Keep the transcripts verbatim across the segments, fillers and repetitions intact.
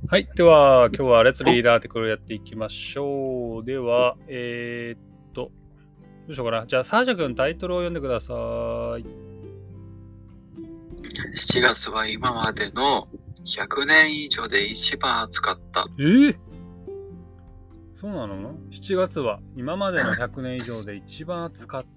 はい。では、今日はレッツリーダーティクルやっていきましょう。では、えー、っと、どうしようかな。じゃあ、サージャ君、タイトルを読んでください。 しちがつは今までのひゃくねん以上で一番暑かった。 えー、そうなの ?しち 月は今までのひゃくねん以上で一番暑かった。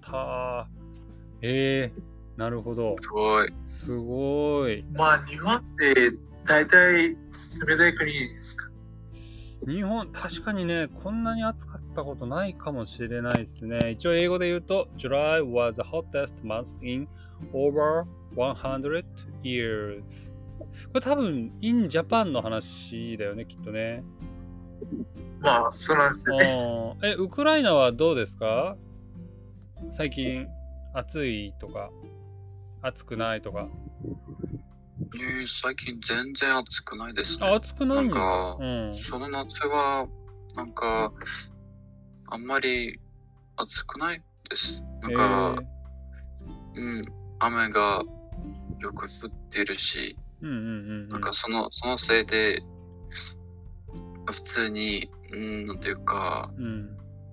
えー、なるほど。 すごい。 すごい。 まあ、日本って大体冷たい国ですか？ 日本、確かにね、こんなに暑かったことないかもしれないですね。一応英語で言うと、July was the hottest month in over one hundred years。これ多分、in Japan の話だよね、きっとね。 まあ、そうなんですよね。 え、ウクライナはどうですか？最近、暑いとか、暑くないとか。 えー、最近全然暑くないですね。 あ、暑くないんだ。 なんか、 うん、 その夏は、なんか、あんまり暑くないです。なんか、えー、うん、雨がよく降ってるし、 うんうんうんうん、 なんかその、そのせいで、普通に、うん、なんていうか、 うんうん、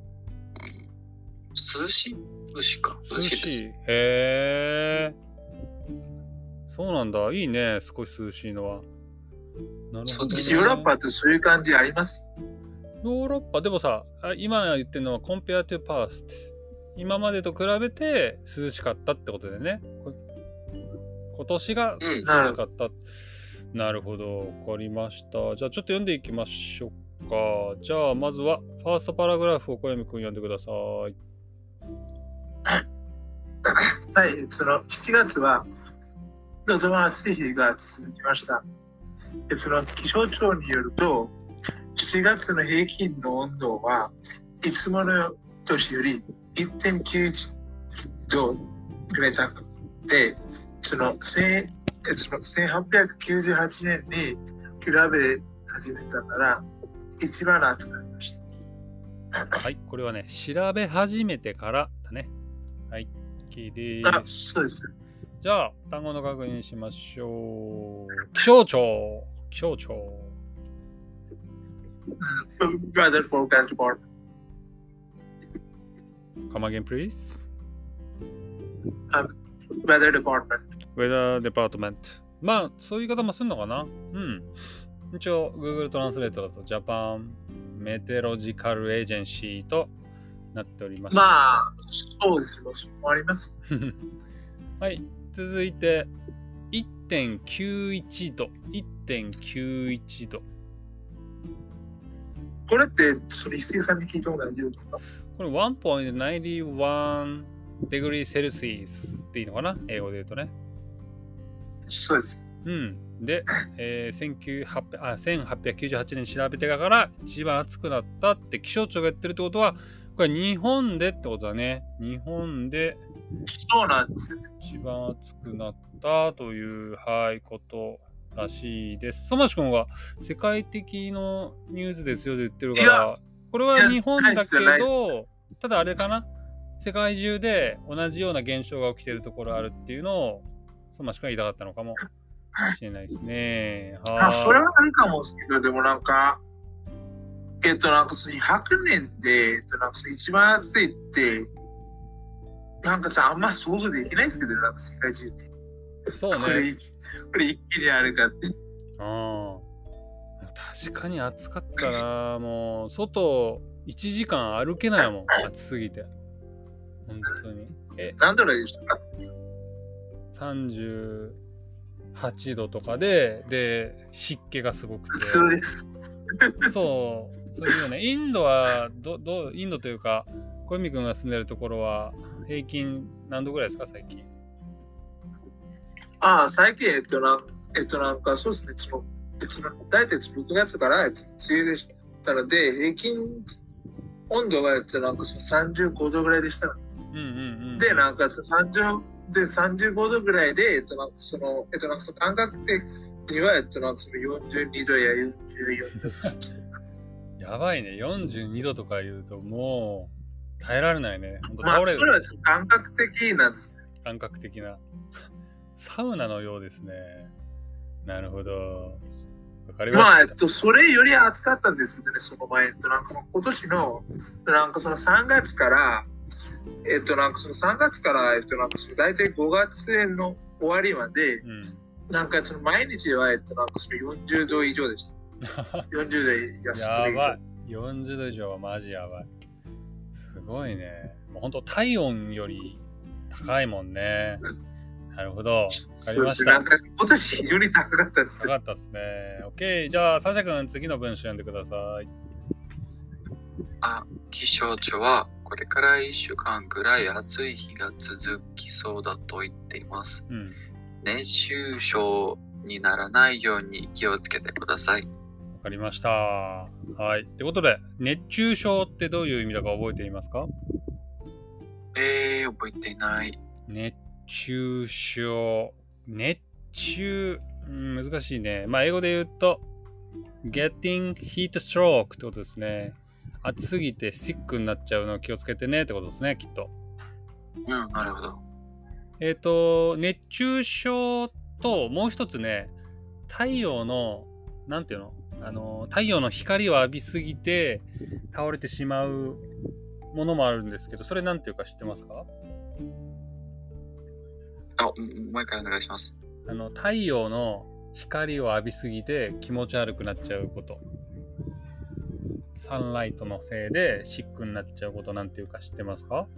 涼しい涼しいか涼しいです。へー。そうなんだ。いいね。少し涼しいのは。 なるほどね。ヨーロッパってそういう感じあります？ ヨーロッパ、でもさ、今言ってるのは compare to past。今までと比べて涼しかったってことでね。今年が涼しかった。うん、なるほど。わかりました。じゃあちょっと読んでいきましょうか。じゃあまずはファーストパラグラフを小山くん読んでください。 はい、そのしちがつはとても暑い日が続きました。その気象庁によると、しちがつの平均の温度はいつもの年より いってんきゅういち 度ぐらい高くて、そのせんはっぴゃくきゅうじゅうはちねんに比べ始めたから一番暑くなりました。 はい、これはね、調べ始めてからだね。はい、OK です。 あ、そうです。 じゃあ、単語の確認しましょう。気象庁。気象庁。 Weather Forecast Department. Come again, please. Um, weather Department. Weather Department. まあ、そういう言い方もするのかな？うん。一応、Google トランスレートだと Japan Meteorological Agency となっておりました。 まあ、そうですよ。そうあります。 はい。続いて いってんきゅういち 度 いってんきゅういち 度。 これってそれ一斉さんに聞いた方が大丈夫ですか？ これ いってんきゅういち degree Celsius っていいのかな、英語で言うとね。 そうです。 うん。で、えー、せんはっぴゃくきゅうじゅうはちねん調べてから一番暑くなったって気象庁が言ってるってことは、これ日本でってことだね。日本でそうなんですよね。 一番暑くなったという、はい、ことらしいです。ソマシ君が世界的のニュースですよって言ってるから、これは日本だけど、ただあれかな、世界中で同じような現象が起きてるところあるっていうのをソマシ君が言いたかったのかもしれないですね。 あ、それはあるかもしれないけど、でもなんか、えっと、なんかそのひゃくねんで、えっと、なんか一番暑いって、なんかさ、あんま想像できないですけど、なんか世界中で。 そうね。 これ、これ一気にあるかって。 ああ。確かに暑かったな。もう、外いちじかん歩けないもん。暑すぎて。本当に。 え、何度ぐらいでしたか？ さんじゅうはちどとかで、で、湿気がすごくて。 そうです。 そう、そういうよね。インドはど、どう、インドというか、小泉君が住んでるところは、平均何度ぐらいですか、最近？ ああ、最近、えっと、なんえっと、なんか、そうですね、その、えっと、大体ろくがつから、えっと、梅雨でしたらで、平均温度が、えっと、なんかさんじゅうごどぐらいでした。 うんうんうん。 で、なんかさんじゅう、で、さんじゅうごどぐらいで、えっと、なんかその、えっと、なんかその感覚的には、えっと、なんかそのよんじゅうにどやよんじゅうよんど。 やばいね、よんじゅうにどとか言うと、もう、耐えられないね。本当まあ、それは感覚的なんですね。 感覚的な。サウナのようですね。なるほど。 わかりました。 まあ、えっと、それより暑かったんですけどね、その前。えっと、なんか今年の、なんかそのさんがつから、えっと、なんかそのさんがつから、えっと、なんかその大体ごがつの終わりまで、 うん、 なんかその毎日は、えっと、なんかそのよんじゅうど以上でした。よんじゅうど安くやばい。よんじゅうど以上はマジやばい。すごいね。もう本当体温より高いもんね。なるほど。わかりました。 なんか今年非常に高かったです。 高かったですね。OK。じゃあ、サシャ君、次の文章読んでください。 あ、気象庁はこれからいっしゅうかんぐらい暑い日が続きそうだと言っています。うん、熱中症にならないように気をつけてください。 わかりました。はい。ってことで、熱中症ってどういう意味だか覚えていますか？ えー、覚えていない。 熱中症。熱中、うん、難しいね。まあ、英語で言うと、getting heat stroke ってことですね。暑すぎてシックになっちゃうのを気をつけてねってことですね、きっと。 うん、なるほど。 えっと、熱中症ともう一つね、太陽の、なんていうのあの、太陽の光を浴びすぎて倒れてしまうものもあるんですけど、それなんていうか知ってますか？ あ、もう一回お願いします。 あの、太陽の光を浴びすぎて気持ち悪くなっちゃうこと。サンライトのせいでシックになっちゃうことなんていうか知ってますか？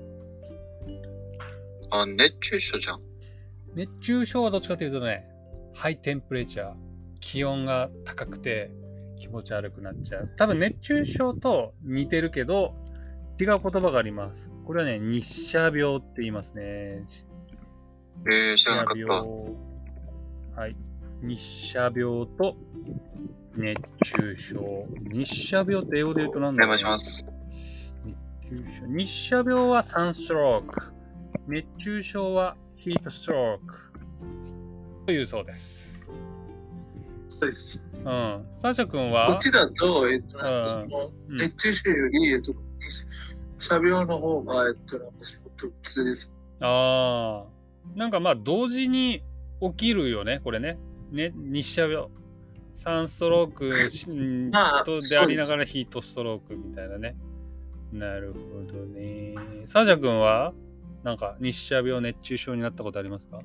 あ、熱中症じゃん。 熱中症はどっちかというとね、ハイテンプレチャー、気温が高くて気持ち悪くなっちゃう。多分熱中症と似てるけど違う言葉があります。これはね、日射病って言いますね。 えー、知らなかった。 はい。日射病と熱中症。日射病って英語で言うと何だろう。 お願いします。 熱中症。日射病はサンストローク。熱中症はヒートストローク。というそうです。 そうです。 うん。サーシャ君はこっちだと、えっと、なんかその、うん、熱中症より、えっと、日射病の方が、えっと、なんかすごく普通です。 ああ。なんかまあ、同時に起きるよね、これね。ね、日射病。サンストロークまあ、 とでありながらヒートストロークみたいなね。なるほどね。サージャ君はなんか日射病熱中症になったことありますか？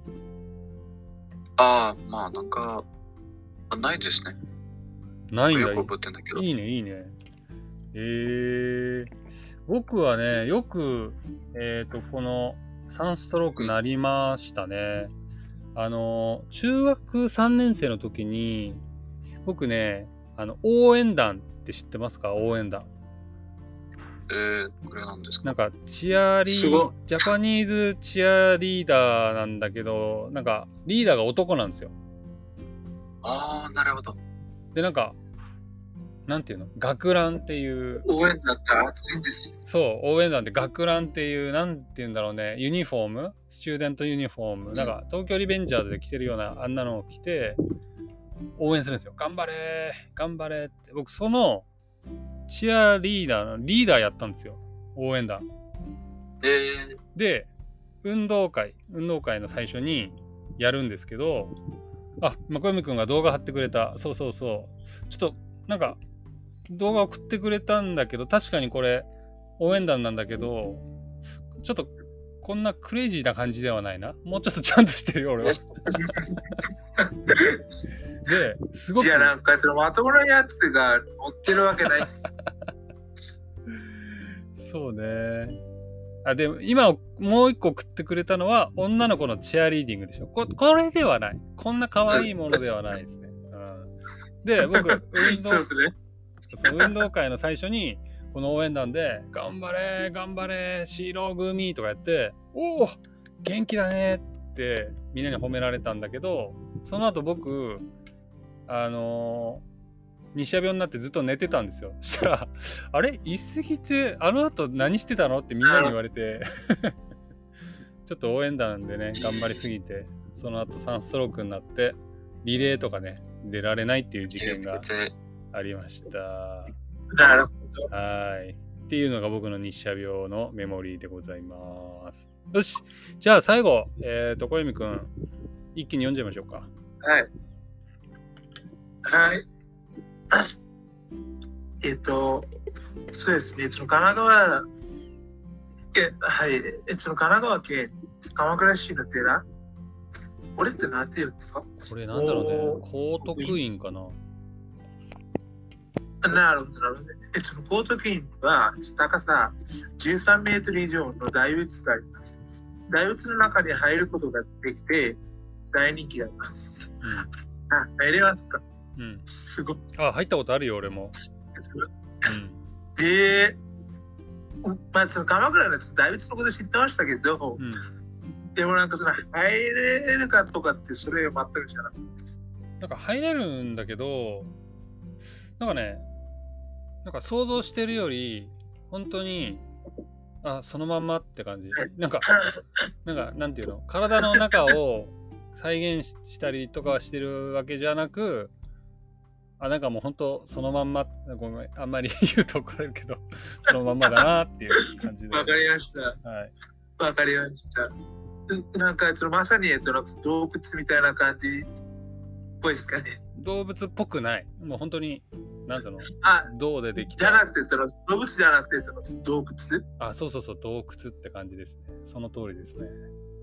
ああ、まあなんかあないですね。 ないんだ。 よく覚えてんだけど。 いいね、いいね。えー、僕はね、よく、えっと、このサンストロークなりましたね。あの、中学さんねん生の時に、僕ね、あの、応援団って知ってますか？応援団。 えー、これなんですか？ なんか、チアリー、ジャパニーズチアリーダーなんだけど、なんか、リーダーが男なんですよ。 ああ、なるほど。 で、なんか、なんていうの？学ランっていう。 応援団って暑いんですよ。 そう、応援団って学ランっていう、なんていうんだろうね、ユニフォーム？スチューデントユニフォーム。なんか、東京リベンジャーズで着てるような、あんなのを着て、応援するんですよ。頑張れー頑張れって。僕、その、チアリーダーのリーダーやったんですよ。応援団。 えー、 で、運動会、運動会の最初にやるんですけど、あ、まこよみくんが動画貼ってくれた。そうそうそう。ちょっと、なんか、動画送ってくれたんだけど、確かにこれ、応援団なんだけど、ちょっと、こんなクレイジーな感じではないな。もうちょっとちゃんとしてるよ、俺は。で、すごく。 いや、なんかそのまともなやつが乗ってるわけないっす。 そうね。あ、でも今もう一個送ってくれたのは女の子のチアリーディングでしょ。こ, これではない。こんな可愛いものではないですね。うん、で、僕、運動、 そうですね。 そう運動会の最初に、この応援団で、頑張れ、頑張れ、白組とかやって、おお、元気だねってみんなに褒められたんだけど、その後僕、あのー、日射病になってずっと寝てたんですよ。そしたら、あれ言い過ぎて、あの後何してたのってみんなに言われて、ちょっと応援団でね、頑張りすぎて、その後サンストロークになって、リレーとかね、出られないっていう事件がありました。 なるほど。 はい。っていうのが僕の日射病のメモリーでございます。よし。じゃあ最後、えっと、小泉くん、一気に読んじゃいましょうか。 はい。 はい。えっと、そうですね。その神奈川県、はい。えその神奈川県鎌倉市の寺、これって何て言うんですか？ これなんだろうね。 お高徳院かな。 なるほど、なるほど。えその高徳院は高さじゅうさんメートル以上の大仏があります。大仏の中に入ることができて大人気があります。 うん。 あ、入れますか？ うん。 すごい。 あ、入ったことあるよ、俺も。 うん、で、まあ、その鎌倉の大仏のこと知ってましたけど、うん、でもなんかその入れるかとかってそれは全く知らなかったです。 なんか入れるんだけど、なんかね、なんか想像してるより本当にあそのまんまって感じ。なんかなんかなんていうの、体の中を再現したりとかはしてるわけじゃなく、あなんかもう本当そのまんま、ごめんあんまり言うと怒られるけどそのまんまだなっていう感じで。 わかりました。はい。わかりました。なんかそのまさにえっと洞窟みたいな感じっぽいですかね。 動物っぽくない。もう本当になんつうの、 あ、 銅でできた。 じゃなくて動物じゃなくて洞窟。 あ、そうそうそう、洞窟って感じですね。その通りですね。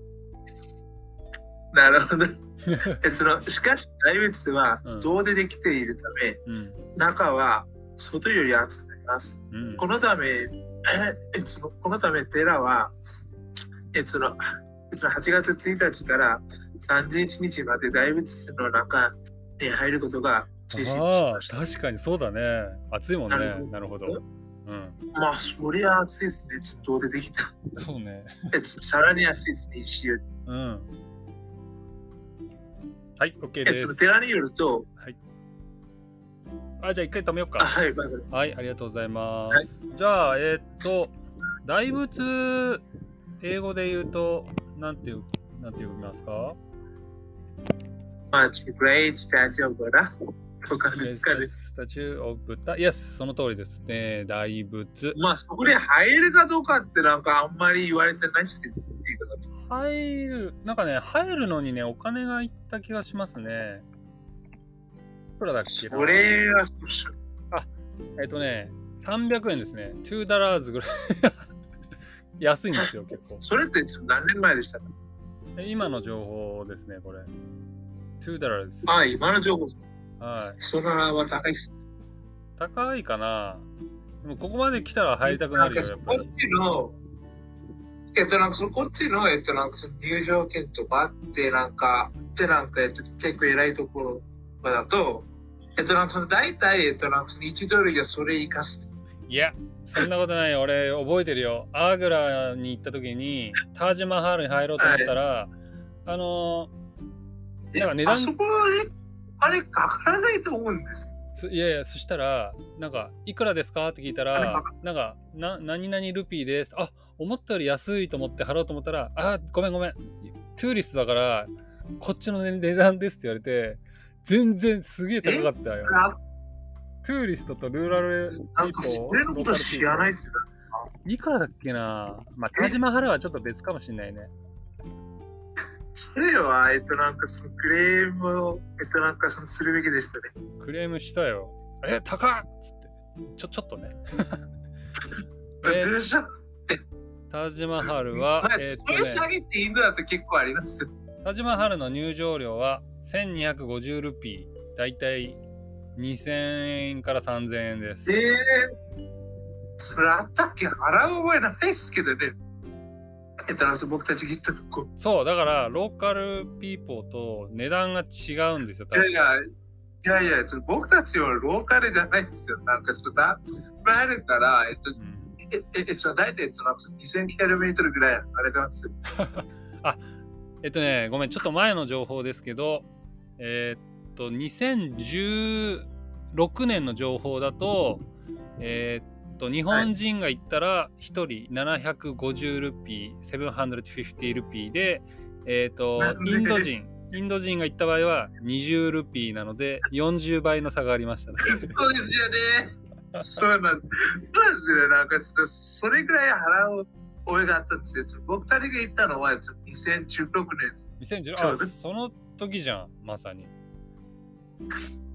なるほど。そのしかし大仏は銅でできているため、うん、中は外より熱くなります。うん、このため、えそのこのため寺はえそのそのはちがつついたちからさんじゅういちにちまで大仏の中に入ることが実施しました。 確かにそうだね。暑いもんね。なるほど。うん、 まあそりゃ暑いですね。銅でできた。 そうね。 さらに暑いですね。石より。 うん。はい、OK です。 寺によると、 はい。あ、じゃあ一回止めようか。 はい、 はい、ありがとうございます。はい、じゃあ、えー、っと、大仏、英語で言うと、なんていう、なんて呼びますか？ まあ、Great Statue of Buddha とかですかね。 Statue of Buddha。Yes、その通りですね。大仏。 まあ、そこで入れるかどうかってなんかあんまり言われてないですけど。 入る、なんかね、入るのにね、お金がいった気がしますね。いくらだっけな。 それは、 あ、えっとね、さんびゃくえんですね。にドルぐらい。安いんですよ、結構。 それって何年前でしたか？ 今の情報ですね、これ。にドルです。 あ、今の情報。 はい。 それは高いっす。 高いかな。でもここまで来たら入りたくなるよ、やっぱり。 こっちのえっと、なんかそのこっちの、えっと、なんかその入場券とかってなんか、ってなんか、えっと、結構偉いところだと、えっと、なんかその大体、えっと、なんかそのいちドルがそれ生かす。 いや、そんなことないよ。俺、覚えてるよ。アーグラに行った時に、タージマハールに入ろうと思ったら、はい、あのー、なんか値段。あそこで、あれ、かからないと思うんですいやいや、そしたら、なんか、いくらですかって聞いたら、なんか、な、何々ルピーです。あ、思ったより安いと思って払おうと思ったら、あ、ごめんごめん。トゥーリストだから、こっちの値段ですって言われて、全然すげえ高かったよ。トゥーリストとルーラルピーポー。 なんか、それのこと知らないっすよ。 いくらだっけな。まあ、タジマハラはちょっと別かもしれないね。 それは、えっと、なんかそのクレームを、えっと、なんかそのするべきでしたね。 クレームしたよ。え、高っつって。ちょ、ちょっとね。 えタジマハルは、 まあ、えー、っとね、下げてインドだと結構あります。 タジマハルの入場料はせんにひゃくごじゅうルピー。だいたいにせんえんからさんぜんえんです。 えー、それあったっけ？払う覚えないですけどね。えっと、僕たちが行ったとこ。 そう、だからローカルピーポーと値段が違うんですよ。確かに。 いやいや、いやいや、僕たちはローカルじゃないですよ。なんかちょっとだ、あれたら、えっと、うん、え、え、え、ちょ、大体、にせんキロメートルぐらいあれなんですよ。 あ、えっとね、ごめん、ちょっと前の情報ですけど、えー、っと、にせんじゅうろくねんの情報だと、えー、っと、日本人が行ったらひとりななひゃくごじゅうルピー、ななひゃくごじゅうルピーで、えー、っと、インド人、インド人が行った場合はにじゅうルピーなのでよんじゅうばいの差がありましたね。 そうですよね。そうなんです。そうなんですよね。なんかそれぐらい払う覚えがあったんですよ。僕たちが行ったのはにせんじゅうろくねんです。 にせんじゅうろく、あ、その時じゃん、まさに。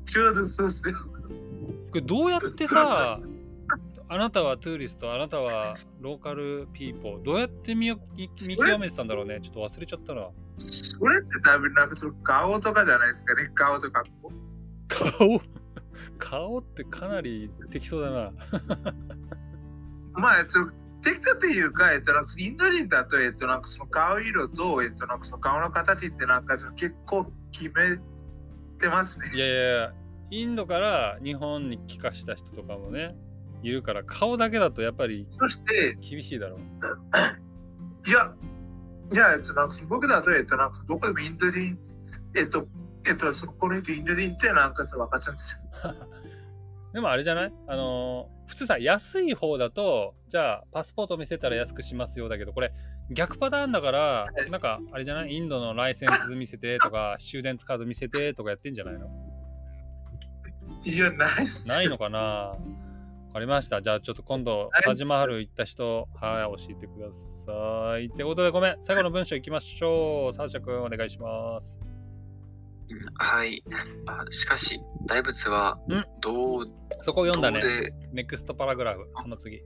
ちょうどそうっすよ。 これどうやってさ、あなたはトゥーリスト、あなたはローカルピーポー、どうやって見よ見見極めてたんだろうね。ちょっと忘れちゃったな。 それって多分なんかその顔とかじゃないですかね。顔とか。 顔顔ってかなり適当だな。 まあ、えっと、適当っていうか、えっと、なんかインド人だと、えっと、なんかその顔色と、えっと、なんかその顔の形ってなんか結構決めてますね。 いやいやいや、インドから日本に帰化した人とかもね、いるから顔だけだとやっぱりそして厳しいだろう。 いや、いや、えっと、なんか僕だと、えっと、なんかどこでもインド人、えっと、えっと、そのこの人インド人ってなんか分かっちゃうんですよ。 でもあれじゃない？あのー、普通さ、安い方だと、じゃあパスポート見せたら安くしますよだけど、これ逆パターンだから、なんかあれじゃない？インドのライセンス見せてとか、スチューデンツカード見せてとかやってんじゃないの？ いや、ないっす。 ないのかな？わかりました。じゃあちょっと今度、タジマハル行った人、はい、教えてください。ってことで、ごめん、最後の文章いきましょう。サーシャ君、お願いします。 はい。あしかし、大仏はどう、 そこ読んだねどうで。 ネクストパラグラフ、その次。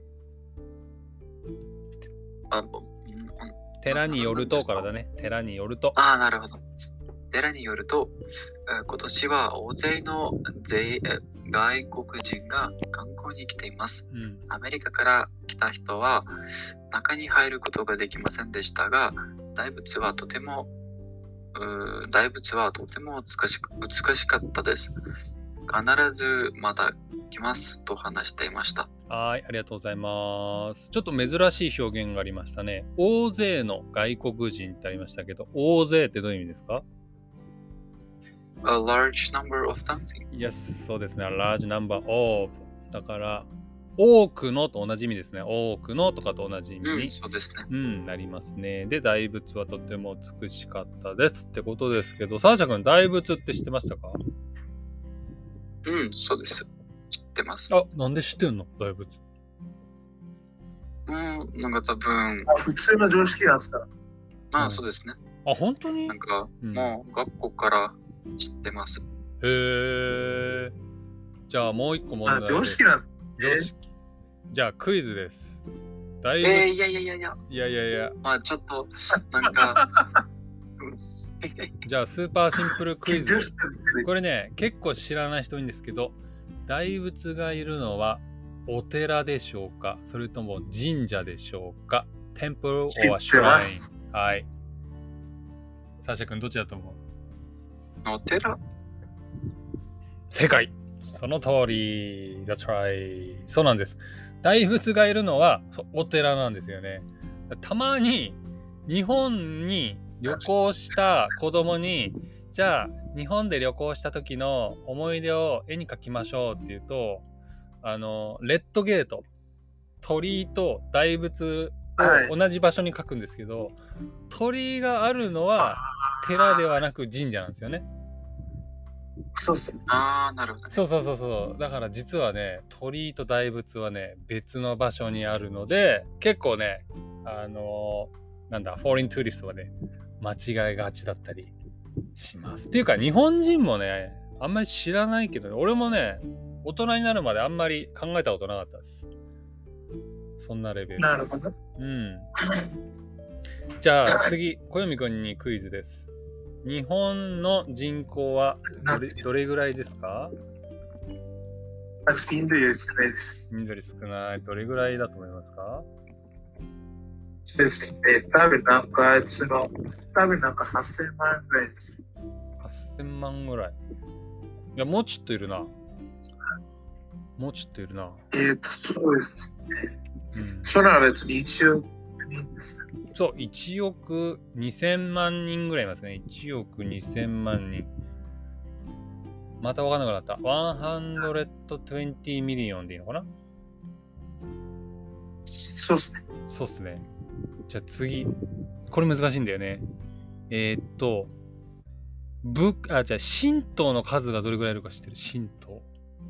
あうん寺によるとからだね。寺によると。 ああ、なるほど。寺によると、えー今年は大勢の税えー外国人が観光に来ています。 うん。 アメリカから来た人は中に入ることができませんでしたが、大仏はとても、うー大仏はとても美しく美しかったです。必ずまた来ますと話していました。 はい、ありがとうございます。ちょっと珍しい表現がありましたね。大勢の外国人ってありましたけど、大勢ってどういう意味ですか？ A large number of something. Yes、そうですね。A large number of。だから、多くのと同じ意味ですね。多くのとかと同じ意味うん、 に、 そうですね。 うん、なりますね。で、大仏はとても美しかったですってことですけど、サーシャ君、大仏って知ってましたか？ うん、そうです。知ってます。 あ、なんで知ってんの？大仏。 うん、なんか多分、 普通の常識なんですか？ まあそうですね。 あ、本当に？ なんか、 うんもう学校から知ってます。 へー。じゃあもう一個問題あ、 で。 常識なんです。 常識。じゃあクイズです。大仏、 えー、いやいやいやいや、 いやいやいや。 まあちょっと、なんか、 じゃあスーパーシンプルクイズ。 常識なんですけどこれね、結構知らない人多いんですけど、大仏がいるのはお寺でしょうか、それとも神社でしょうか？テンプル or 知ってま shrine。 す。 はい。サーシャ君どっちだと思う？ お寺正解。その通り。That's right。そうなんです。大仏がいるのはそお寺なんですよね。たまに日本に旅行した子供に、じゃあ日本で旅行した時の思い出を絵に描きましょうって言うと、あのレッドゲート、鳥居と大仏を同じ場所に描くんですけど、鳥居があるのは寺ではなく神社なんですよね。 そうっすね。 ああ、なるほど、ね。 そうそうそうそう。だから実はね、鳥居と大仏はね、別の場所にあるので、結構ね、あのーなんだ、フォーリントゥーリストはね、間違いがちだったりします。っていうか、日本人もね、あんまり知らないけど、ね、俺もね、大人になるまであんまり考えたことなかったです。そんなレベルです。 なるほど。 うん。じゃあ次、小読くんにクイズです。日本の人口はどれ、どれぐらいですか？ スピンドより少ないです。 緑少ない。どれぐらいだと思いますか？ ですね。多分なんか、その、多分なんかはっせんまんぐらいです。 はっせんまんぐらい。いや、もうちょっといるな。もうちょっといるな。 えっと、そうですね。 うん、 それは別にいちおくにんです。 そう、いちおくにせんまん人ぐらいいますね。いちおくにせんまん人。また分かんなくなった。ひゃくにじゅうミリオンでいいのかな？ そうっすね。 そうっすね。じゃあ次。これ難しいんだよね。えー、っと、ぶあ、じゃあ神道の数がどれぐらいいるか知ってる？神道。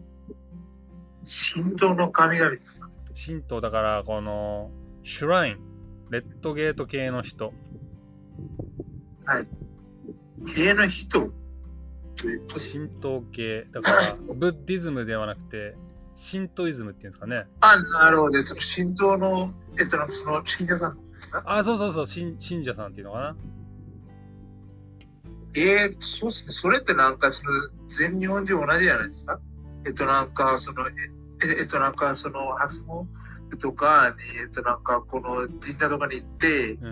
神道の神々ですか？ 神道だから、この、シュライン、レッドゲート系の人。 はい。系の人。 ということです。 神道系。だから、ブッディズムではなくて、神道イズムっていうんですかね。 あ、なるほど。その神道の、えっと、なんかその信者さんですか？ あ、そうそうそう、信信者さんっていうのかな。 えー、そうですね。それってなんかその全日本人同じじゃないですか。えっとなんかそのええっとなんかその初詣とかにえっとなんかこの神社とかに行って、 うん、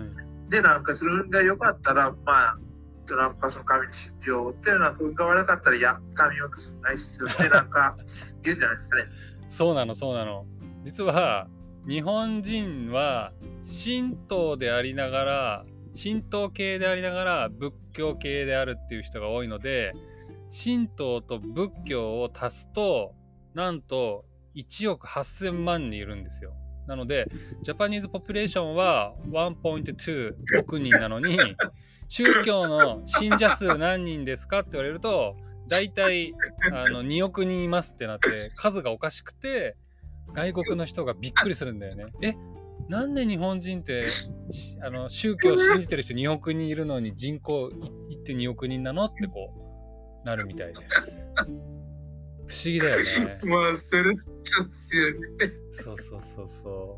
でなんかそれが良かったらまあえっとなんかその神に信じようってなんか運が悪かったらいや神はそのないっすよってなんか言うんじゃないですかね。 そうなの、そうなの。実は、日本人は神道でありながら、神道系でありながら仏教系であるっていう人が多いので、神道と仏教を足すとなんといちおくはっせんまん人いるんですよ。なのでジャパニーズポピュレーションは いってんに 億人なのに、宗教の信者数何人ですかって言われるとだいたいあのにおく人いますってなって、数がおかしくて外国の人がびっくりするんだよね。え、なんで日本人ってあの宗教を信じてる人におく人いるのに人口 いってんにおく人なのってこうなるみたいです。不思議だよね。 まあそれちょっと強いね。 そうそうそうそう。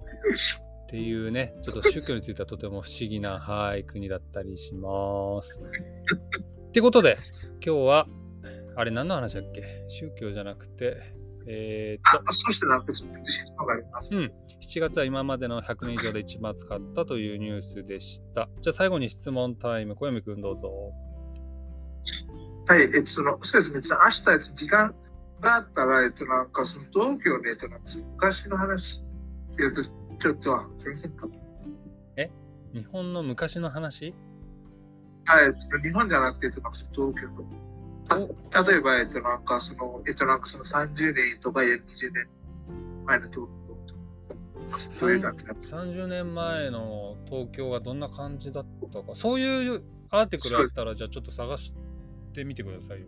っていうね、ちょっと宗教についてはとても不思議な、はい、国だったりします。ってことで今日はあれ何の話だっけ？宗教じゃなくてえー、っとあ、そしてなんかちょっと自信があります。 うん、しちがつは今までのひゃくねん以上で一番暑かったというニュースでした。じゃあ最後に質問タイム、小読くんどうぞ。 はい、えっと、その、そうですね、明日、えっと、時間があったら、えっと、なんかその東京で、えっと、なんかその昔の話、えっと、ちょっとは、すみませんか？ え、日本の昔の話？ はい、その日本じゃなくて、えっと、なんかその東京と。例えば、えっと、なんかその、えっと、なんかそのさんじゅうねんとかにじゅうねんまえの東京と。そういう感じだった。 さんじゅうねんまえの東京がどんな感じだったか、そういうアーティクルあったら、じゃあちょっと探してみてくださいよ。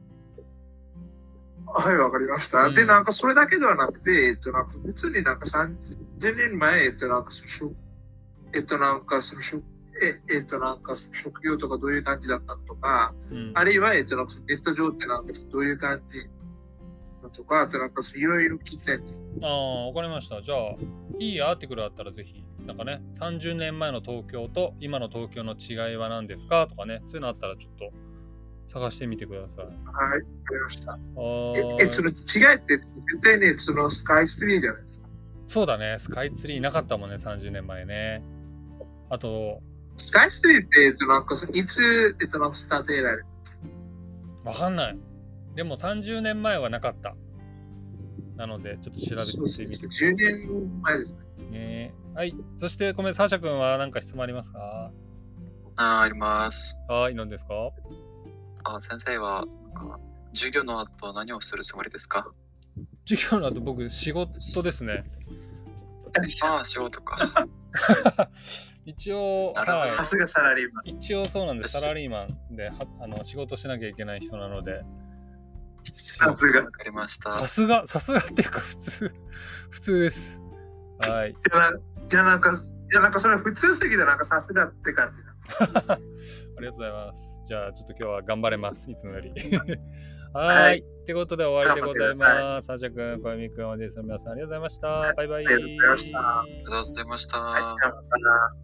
はい、わかりました。うん、で、なんかそれだけではなくて、えっと、なんか普通になんかさんじゅうねんまえ、えっと、なんかその、えっと、なんかその、ええっと、なんか職業とかどういう感じだったとか、うん、あるいは、えっと、なんかネット上ってなんかどういう感じとか、あとなんかいろいろ聞きたいです。 ああ、わかりました。じゃあ、いいアーティクルあったらぜひ、なんかね、さんじゅうねんまえの東京と今の東京の違いは何ですかとかね、そういうのあったらちょっと探してみてください。はい、 わかりました。え、えその違いって絶対ね、そのスカイツリーじゃないですか。 そうだね、スカイツリーなかったもんね、さんじゅうねんまえね。あと、 スカイツリーって、えっと、なんかいつ、えっと、なんか建てられたんですか？ わかんない。でもさんじゅうねんまえはなかった。なので、ちょっと調べてみてください。 じゅうねんまえですね。 ねはい。そして、ごめん、サーシャ君は何か質問ありますか？ あ、あります。 はい、何ですか？ あ、先生はなんか授業の後何をするつもりですか？ 授業の後、僕、仕事ですね。 ああ、仕事か。 一応、 はい、さすがサラリーマン。 一応そうなんで、サラリーマンではあの仕事しなきゃいけない人なので。 さすが。 わかりました。 さすが、さすがっていうか、普通、普通です。はい。いや、なんか、いや、なんかそれは普通すぎて、なんかさすがって感じなんです。 ありがとうございます。じゃあ、ちょっと今日は頑張れます。いつもより。はい。って、はい、ことで終わりでございます。サーシャ君、小泉君、おです。皆さんありがとうございました。バイバイ。 ありがとうございました。 ありがとうございました。 はい、じゃあまた。